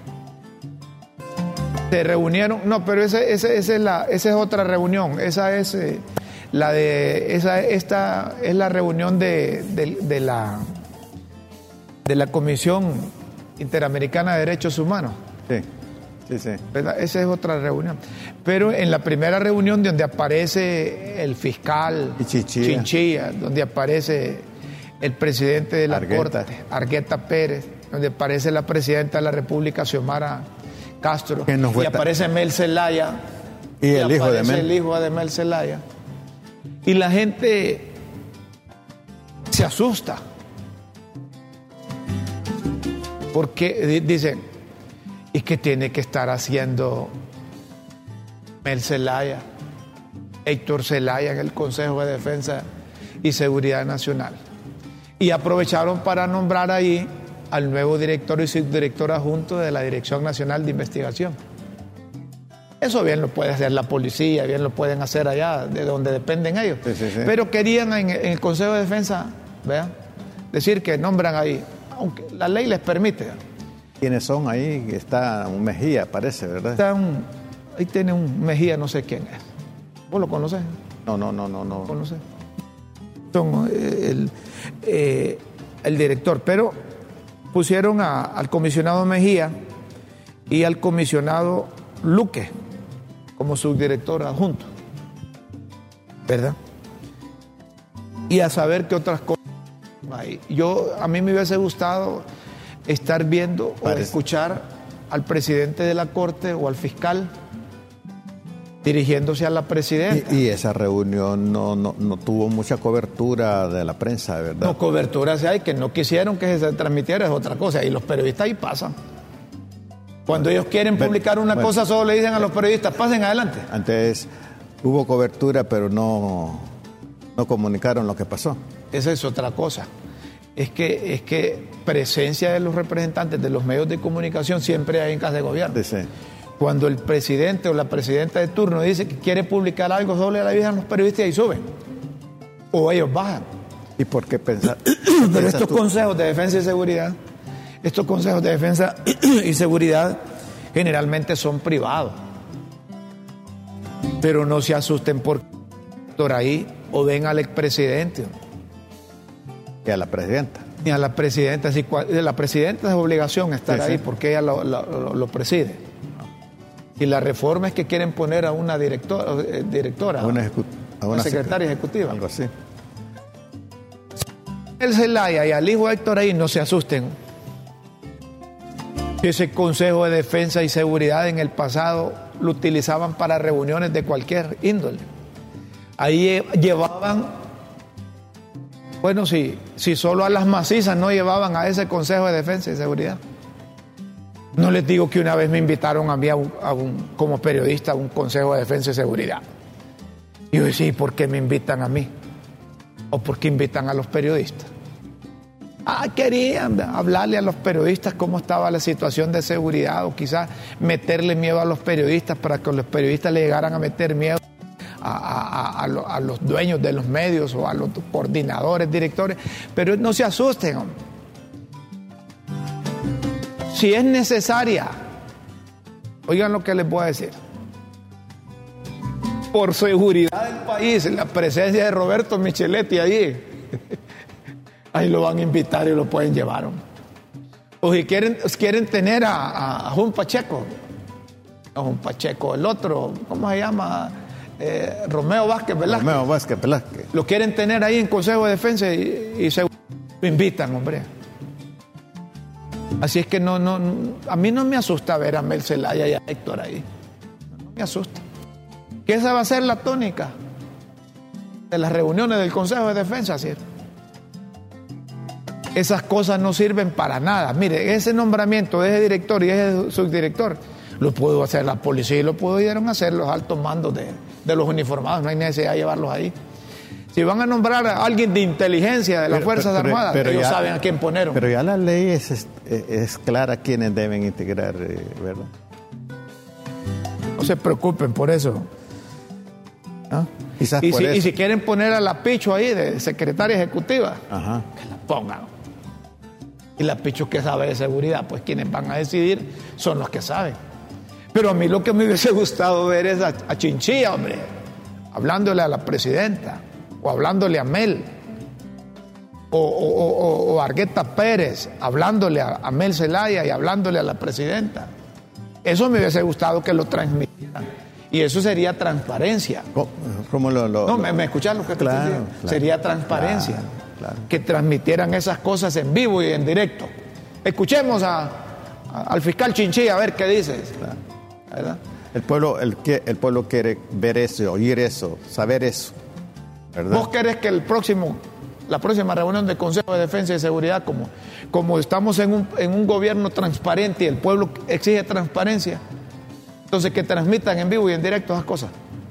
Se reunieron, no, pero ese, ese, ese es la, esa es otra reunión. Esa es eh, la de, esa, esta es la reunión de, de, de la de la Comisión Interamericana de Derechos Humanos. Sí, sí, sí. ¿Verdad? Esa es otra reunión. Pero en la primera reunión donde aparece el fiscal y Chinchilla. Chinchilla, donde aparece el presidente de la Argueta. Corte, Argueta Pérez, donde aparece la presidenta de la República, Xiomara Castro, y aparece Mel Zelaya, y, y el hijo de Mel. el hijo de Mel Zelaya. Y la gente se asusta. Porque dicen, ¿y qué tiene que estar haciendo Mel Zelaya, Héctor Zelaya en el Consejo de Defensa y Seguridad Nacional? Y aprovecharon para nombrar ahí al nuevo director y subdirector adjunto de la Dirección Nacional de Investigación. Eso bien lo puede hacer la policía, bien lo pueden hacer allá, de donde dependen ellos. Sí, sí, sí. Pero querían en, en el Consejo de Defensa, ¿vean? Decir que nombran ahí, aunque la ley les permite. ¿Quiénes son ahí? Está un Mejía, parece, ¿verdad? Está un, ahí tiene un Mejía, no sé quién es. ¿Vos lo conocés? No, no, no, no. no. ¿Conocés? Son eh, el, eh, el director, pero pusieron a, al comisionado Mejía y al comisionado Luque como subdirector adjunto, ¿verdad? Y a saber qué otras cosas hay. Yo, a mí me hubiese gustado estar viendo Parece. o escuchar al presidente de la Corte o al fiscal dirigiéndose a la presidenta. Y, y esa reunión no, no, no tuvo mucha cobertura de la prensa, ¿verdad? No, cobertura se hay, que no quisieron que se transmitiera, es otra cosa. Y los periodistas ahí pasan. Cuando ellos quieren publicar una bueno, cosa, solo le dicen a los periodistas, pasen adelante. Antes hubo cobertura, pero no, no comunicaron lo que pasó. Esa es otra cosa. Es que, es que presencia de los representantes de los medios de comunicación siempre hay en casa de gobierno. Sí, sí. Cuando el presidente o la presidenta de turno dice que quiere publicar algo, solo le avisan los periodistas y suben. O ellos bajan. ¿Y por qué pensar? Pero estos tú? consejos de defensa y seguridad, estos consejos de defensa y seguridad generalmente son privados. Pero no se asusten por, por ahí o ven al expresidente. Y a la presidenta. Ni a la presidenta. Si, la presidenta es obligación estar sí, ahí sí. porque ella lo, lo, lo preside. Y la reforma es que quieren poner a una directora. directora a, una ejecu a la secretaria ejecutiva. Algo así. El Zelaya y al hijo Héctor ahí, no se asusten. Ese Consejo de Defensa y Seguridad en el pasado lo utilizaban para reuniones de cualquier índole. Ahí llevaban, bueno, si, si solo a las macizas no llevaban a ese Consejo de Defensa y Seguridad. No les digo que una vez me invitaron a mí a un, a un, como periodista a un Consejo de Defensa y Seguridad. Y yo decía, ¿por qué me invitan a mí? ¿O por qué invitan a los periodistas? Ah, querían hablarle a los periodistas cómo estaba la situación de seguridad, o quizás meterle miedo a los periodistas para que los periodistas le llegaran a meter miedo a, a, a, a los dueños de los medios o a los coordinadores, directores. Pero no se asusten, hombre. Si es necesaria, oigan lo que les voy a decir. Por seguridad del país, la presencia de Roberto Micheletti allí, ahí lo van a invitar y lo pueden llevar. O si quieren, quieren tener a, a, a Jun Pacheco, a Jun Pacheco, el otro, ¿cómo se llama? Eh, Romeo Vázquez Velázquez. Romeo Vázquez Velázquez. Lo quieren tener ahí en Consejo de Defensa y, y se lo invitan, hombre. Así es que no, no, a mí no me asusta ver a Mel Zelaya y a Héctor ahí. No me asusta. Que esa va a ser la tónica de las reuniones del Consejo de Defensa, ¿sí? Esas cosas no sirven para nada. Mire, ese nombramiento de ese director y ese subdirector lo pudo hacer la policía y lo pudieron hacer los altos mandos de, de los uniformados. No hay necesidad de llevarlos ahí. Si van a nombrar a alguien de inteligencia de las pero, Fuerzas pero, Armadas, pero ellos ya, saben a quién poner. Pero ya la ley es, es, es clara quiénes deben integrar, ¿verdad? No se preocupen por eso. ¿Ah? Quizás y, por si, eso. y si quieren poner a la Picho ahí de secretaria ejecutiva, ajá, que la pongan. Y la Picho que sabe de seguridad, pues quienes van a decidir son los que saben. Pero a mí lo que me hubiese gustado ver es a, a Chinchilla, hombre, hablándole a la presidenta, o hablándole a Mel, o, o, o, o Argueta Pérez, hablándole a, a Mel Zelaya y hablándole a la presidenta. Eso me hubiese gustado que lo transmitieran. Y eso sería transparencia. ¿Cómo lo, lo, no, me, me escuchan lo que claro, te digo. Claro, sería transparencia. Claro, claro. Que transmitieran esas cosas en vivo y en directo. Escuchemos a, a, al fiscal Chinchilla a ver qué dice. Claro. ¿Verdad? El pueblo, el, el pueblo quiere ver eso, oír eso, saber eso. ¿Verdad? ¿Vos querés que el próximo, la próxima reunión del Consejo de Defensa y Seguridad, como, como estamos en un, en un gobierno transparente y el pueblo exige transparencia, entonces que transmitan en vivo y en directo esas cosas?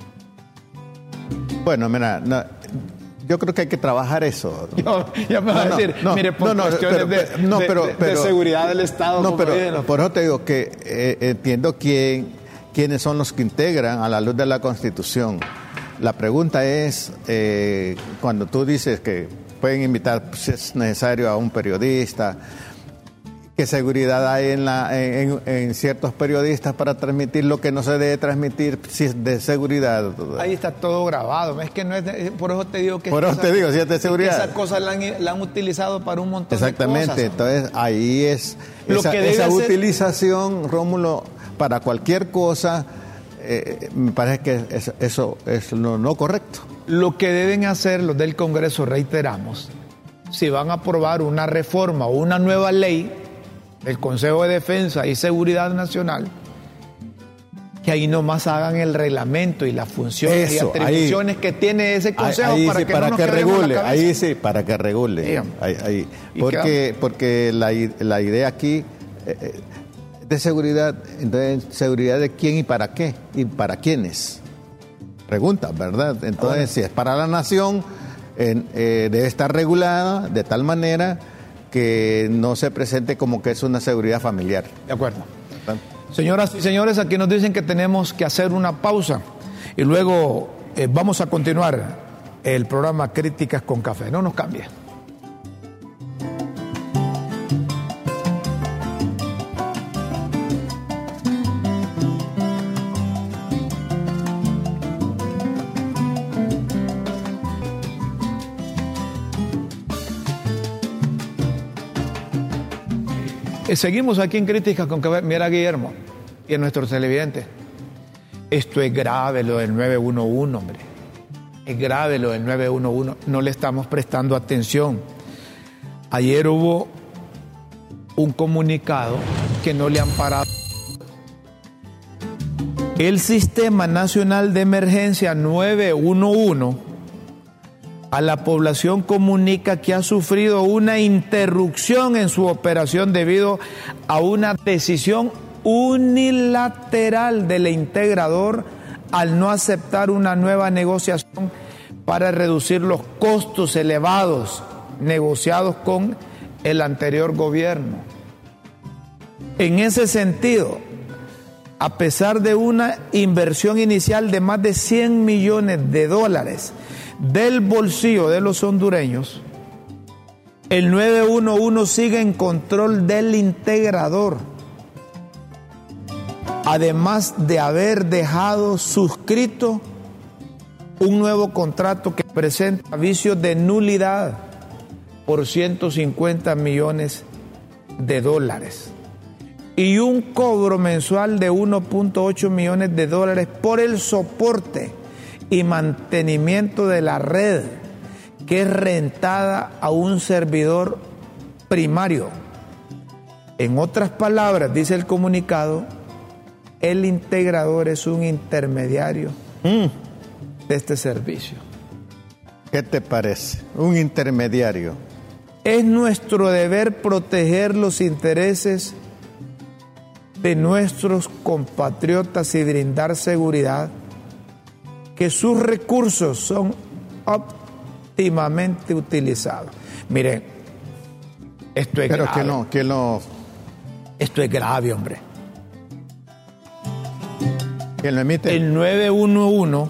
Bueno, mira, no, yo creo que hay que trabajar eso. Yo, ya me vas no, a decir, no, mire, por no, no, cuestiones pero, de, no, de, pero, de, pero, de seguridad del Estado. No, pero los... por eso te digo que eh, entiendo quién, quiénes son los que integran a la luz de la Constitución. La pregunta es, eh, cuando tú dices que pueden invitar, si es necesario, a un periodista, ¿qué seguridad hay en, la, en, en ciertos periodistas para transmitir lo que no se debe transmitir si es de seguridad? Ahí está todo grabado. Es que no es de, por eso te digo que... Por eso te digo, si es de seguridad. Esas cosas la han, la han utilizado para un montón Exactamente, de cosas. Entonces ahí es lo esa, que debe esa hacer... utilización, Rómulo, para cualquier cosa, eh, me parece que es, eso es lo no correcto. Lo que deben hacer los del Congreso, reiteramos, si van a aprobar una reforma o una nueva ley del Consejo de Defensa y Seguridad Nacional, que ahí nomás hagan el reglamento y las funciones Eso, y atribuciones ahí, que tiene ese consejo, ahí, ahí para sí, que para no nos que quedemos regule, la cabeza. ahí sí, para que regule. Ahí, ahí. Porque, porque la, la idea aquí eh, de seguridad, entonces, seguridad de quién y para qué, y para quiénes. Pregunta, ¿verdad? Entonces, bueno, si es para la nación, eh, eh, debe estar regulada de tal manera que no se presente como que es una seguridad familiar. De acuerdo. ¿Verdad? Señoras y señores, aquí nos dicen que tenemos que hacer una pausa y luego eh, vamos a continuar el programa Críticas con Café. No nos cambie. Seguimos aquí en Críticas con Café. Mira, Guillermo, y a nuestros televidentes, esto es grave, lo del nueve uno uno, hombre. Es grave lo del nueve uno uno, no le estamos prestando atención. Ayer hubo un comunicado que no le han parado. El Sistema Nacional de Emergencia nueve uno uno a la población comunica que ha sufrido una interrupción en su operación debido a una decisión unilateral del integrador al no aceptar una nueva negociación para reducir los costos elevados negociados con el anterior gobierno. En ese sentido, a pesar de una inversión inicial de más de cien millones de dólares del bolsillo de los hondureños, el nueve uno uno sigue en control del integrador, además de haber dejado suscrito un nuevo contrato que presenta vicios de nulidad por ciento cincuenta millones de dólares y un cobro mensual de uno punto ocho millones de dólares por el soporte y mantenimiento de la red que es rentada a un servidor primario. En otras palabras, dice el comunicado, el integrador es un intermediario mm. de este servicio. ¿Qué te parece? Un intermediario. Es nuestro deber proteger los intereses de nuestros compatriotas y brindar seguridad que sus recursos son óptimamente utilizados. Miren, esto es Pero grave. que no, que no. Esto es grave, hombre. ¿Quién lo emite? El nueve uno uno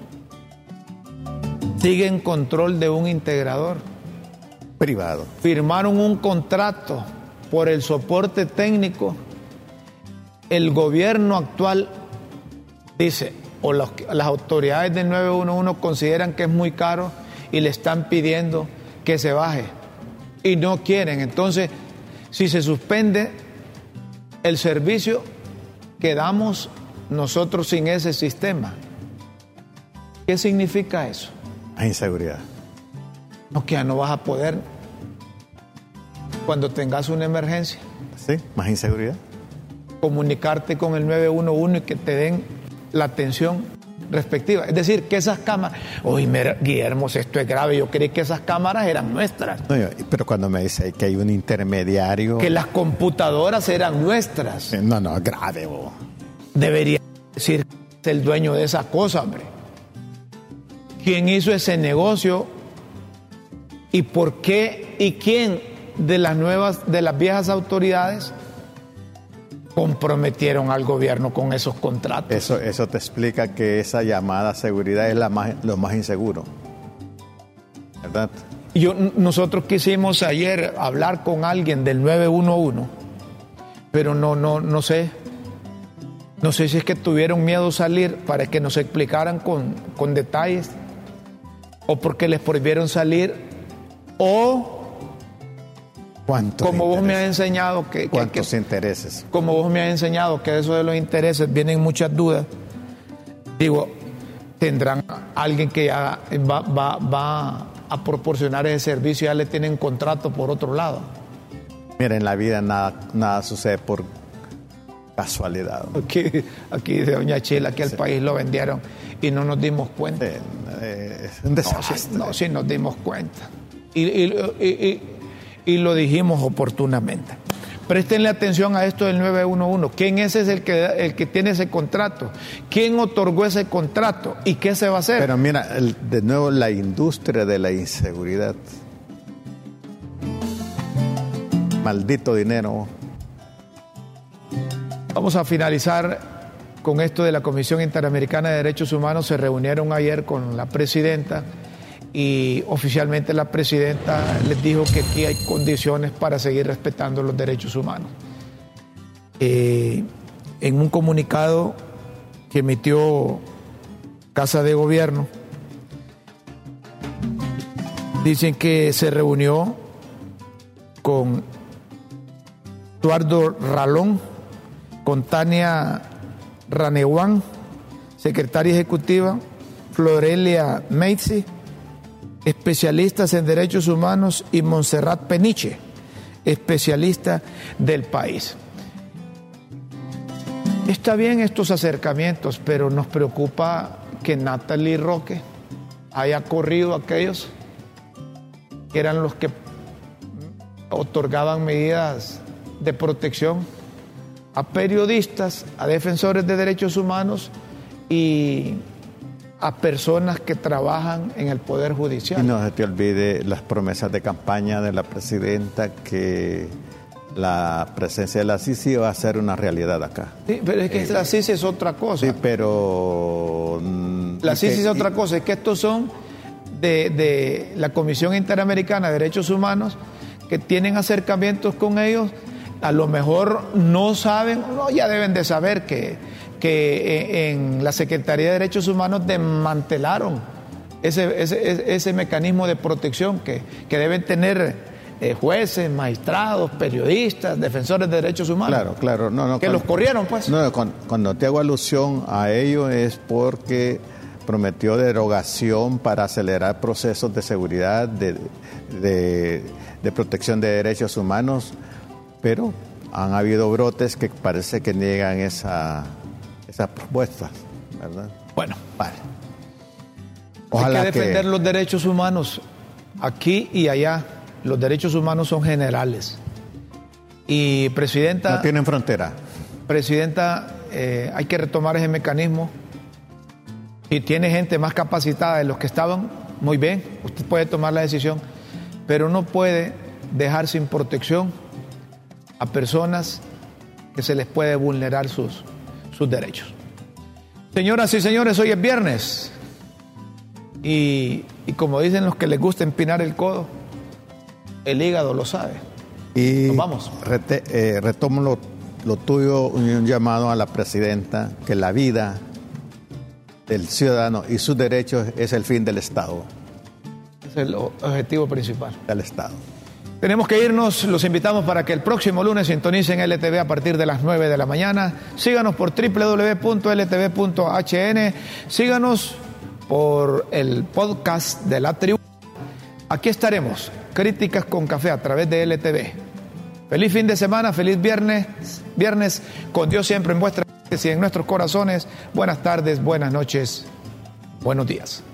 sigue en control de un integrador. Privado. Firmaron un contrato por el soporte técnico. El gobierno actual dice, o los, las autoridades del nueve uno uno consideran que es muy caro y le están pidiendo que se baje. Y no quieren. Entonces, si se suspende el servicio, quedamos nosotros sin ese sistema. ¿Qué significa eso? Hay inseguridad. No, que ya no vas a poder cuando tengas una emergencia. Sí, más inseguridad. Comunicarte con el nueve uno uno y que te den la atención respectiva. Es decir, que esas cámaras... Oye, mira, Guillermo, esto es grave. Yo creí que esas cámaras eran nuestras. No, yo, pero cuando me dice que hay un intermediario... Que las computadoras eran nuestras. No, no, grave, bo. Debería decir que es el dueño de esa cosa, hombre. ¿Quién hizo ese negocio? ¿Y por qué? ¿Y quién de las nuevas, de las viejas autoridades comprometieron al gobierno con esos contratos? Eso, eso te explica que esa llamada seguridad es la más, lo más inseguro, ¿verdad? Yo, nosotros quisimos ayer hablar con alguien del nueve uno uno, pero no, no, no sé. No sé si es que tuvieron miedo a salir para que nos explicaran con, con detalles, o porque les prohibieron salir, o como vos me has enseñado que... ¿Cuántos que, que, intereses? Como vos me has enseñado que eso de los intereses vienen muchas dudas. Digo, tendrán alguien que ya va, va, va a proporcionar ese servicio, ya le tienen contrato por otro lado. Mira, en la vida nada, nada sucede por casualidad. Aquí, aquí de Doña Chila, que al sí. país lo vendieron y no nos dimos cuenta. Sí, eh, es un desastre. No, sí, no, sí nos dimos cuenta. Y, y, y, y, y lo dijimos oportunamente. Préstenle atención a esto del nueve uno uno. ¿Quién es ese el que, el que tiene ese contrato? ¿Quién otorgó ese contrato? ¿Y qué se va a hacer? Pero mira, el, de nuevo la industria de la inseguridad. Maldito dinero. Vamos a finalizar con esto de la Comisión Interamericana de Derechos Humanos. Se reunieron ayer con la presidenta y oficialmente la presidenta les dijo que aquí hay condiciones para seguir respetando los derechos humanos. Eh, en un comunicado que emitió Casa de Gobierno, dicen que se reunió con Eduardo Ralón, con Tania Ranewan, secretaria ejecutiva, Florelia Meitzi, especialistas en derechos humanos, y Montserrat Peniche, especialista del país. Está bien estos acercamientos, pero nos preocupa que Natalie Roque haya corrido a aquellos que eran los que otorgaban medidas de protección a periodistas, a defensores de derechos humanos y a personas que trabajan en el Poder Judicial. Y no se te olvide las promesas de campaña de la presidenta que la presencia de la C I C I va a ser una realidad acá. Sí, pero es que eh, la C I C I es otra cosa. Sí, pero... La C I C I es otra cosa, es que estos son de, de la Comisión Interamericana de Derechos Humanos que tienen acercamientos con ellos, a lo mejor no saben, no, ya deben de saber que, que en la Secretaría de Derechos Humanos desmantelaron ese, ese, ese mecanismo de protección que, que deben tener eh, jueces, magistrados, periodistas, defensores de derechos humanos. Claro, claro. No, no, que cuando, los corrieron, pues. No, cuando, cuando te hago alusión a ello es porque prometió derogación para acelerar procesos de seguridad, de, de, de protección de derechos humanos, pero han habido brotes que parece que niegan esa, esa propuesta, ¿verdad? Bueno, vale. Ojalá hay que defender que... los derechos humanos aquí y allá. Los derechos humanos son generales. Y, Presidenta... No tienen frontera. Presidenta, eh, hay que retomar ese mecanismo. Si tiene gente más capacitada de los que estaban, muy bien, usted puede tomar la decisión, pero no puede dejar sin protección a personas que se les puede vulnerar sus, sus derechos. Señoras y señores, hoy es viernes y, y como dicen los que les gusta empinar el codo, el hígado lo sabe. Y nos vamos. Rete, eh, retomo lo, lo tuyo, un llamado a la presidenta, que la vida del ciudadano y sus derechos es el fin del Estado. Es el objetivo principal. Del Estado. Tenemos que irnos, los invitamos para que el próximo lunes sintonicen L T V a partir de las nueve de la mañana. Síganos por doble u doble u doble u punto l t v punto h n, síganos por el podcast de La Tribuna. Aquí estaremos, Críticas con Café a través de L T V. Feliz fin de semana, feliz viernes, viernes con Dios siempre en vuestras mentes y en nuestros corazones. Buenas tardes, buenas noches, buenos días.